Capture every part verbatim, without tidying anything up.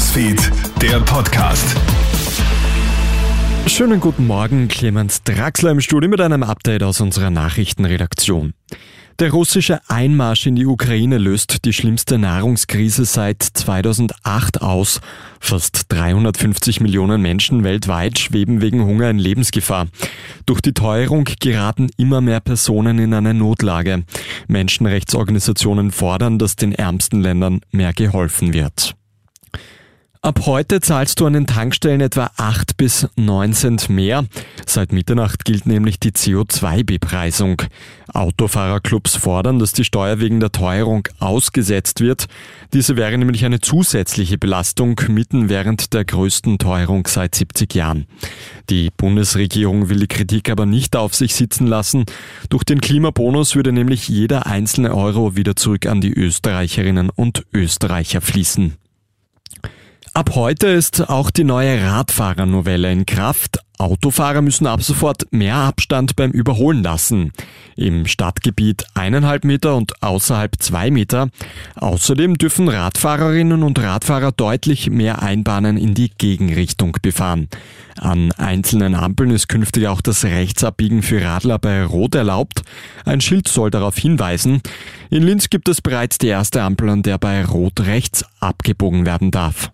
Newsfeed, der Podcast. Schönen guten Morgen, Clemens Draxler im Studio mit einem Update aus unserer Nachrichtenredaktion. Der russische Einmarsch in die Ukraine löst die schlimmste Nahrungskrise seit zweitausendacht aus. Fast dreihundertfünfzig Millionen Menschen weltweit schweben wegen Hunger in Lebensgefahr. Durch die Teuerung geraten immer mehr Personen in eine Notlage. Menschenrechtsorganisationen fordern, dass den ärmsten Ländern mehr geholfen wird. Ab heute zahlst du an den Tankstellen etwa acht bis neun Cent mehr. Seit Mitternacht gilt nämlich die C O zwei Bepreisung. Autofahrerclubs fordern, dass die Steuer wegen der Teuerung ausgesetzt wird. Diese wäre nämlich eine zusätzliche Belastung mitten während der größten Teuerung seit siebzig Jahren. Die Bundesregierung will die Kritik aber nicht auf sich sitzen lassen. Durch den Klimabonus würde nämlich jeder einzelne Euro wieder zurück an die Österreicherinnen und Österreicher fließen. Ab heute ist auch die neue Radfahrernovelle in Kraft. Autofahrer müssen ab sofort mehr Abstand beim Überholen lassen. Im Stadtgebiet eineinhalb Meter und außerhalb zwei Meter. Außerdem dürfen Radfahrerinnen und Radfahrer deutlich mehr Einbahnen in die Gegenrichtung befahren. An einzelnen Ampeln ist künftig auch das Rechtsabbiegen für Radler bei Rot erlaubt. Ein Schild soll darauf hinweisen. In Linz gibt es bereits die erste Ampel, an der bei Rot rechts abgebogen werden darf.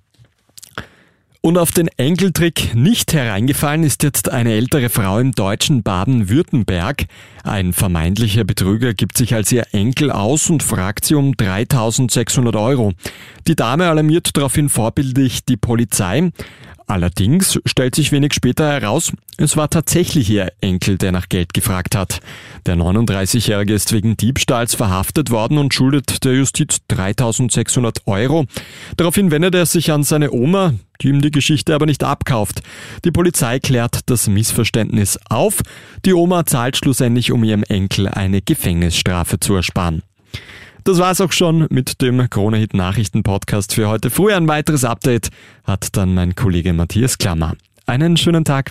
Und auf den Enkeltrick nicht hereingefallen ist jetzt eine ältere Frau im deutschen Baden-Württemberg. Ein vermeintlicher Betrüger gibt sich als ihr Enkel aus und fragt sie um dreitausendsechshundert Euro. Die Dame alarmiert daraufhin vorbildlich die Polizei. Allerdings stellt sich wenig später heraus, es war tatsächlich ihr Enkel, der nach Geld gefragt hat. Der neununddreißigjährige ist wegen Diebstahls verhaftet worden und schuldet der Justiz dreitausendsechshundert Euro. Daraufhin wendet er sich an seine Oma, die ihm die Geschichte aber nicht abkauft. Die Polizei klärt das Missverständnis auf. Die Oma zahlt schlussendlich, um ihrem Enkel eine Gefängnisstrafe zu ersparen. Das war's auch schon mit dem Krone-Hit-Nachrichten-Podcast für heute früh. Ein weiteres Update hat dann mein Kollege Matthias Klammer. Einen schönen Tag.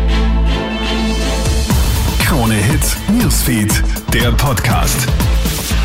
Krone-Hit Newsfeed, der Podcast.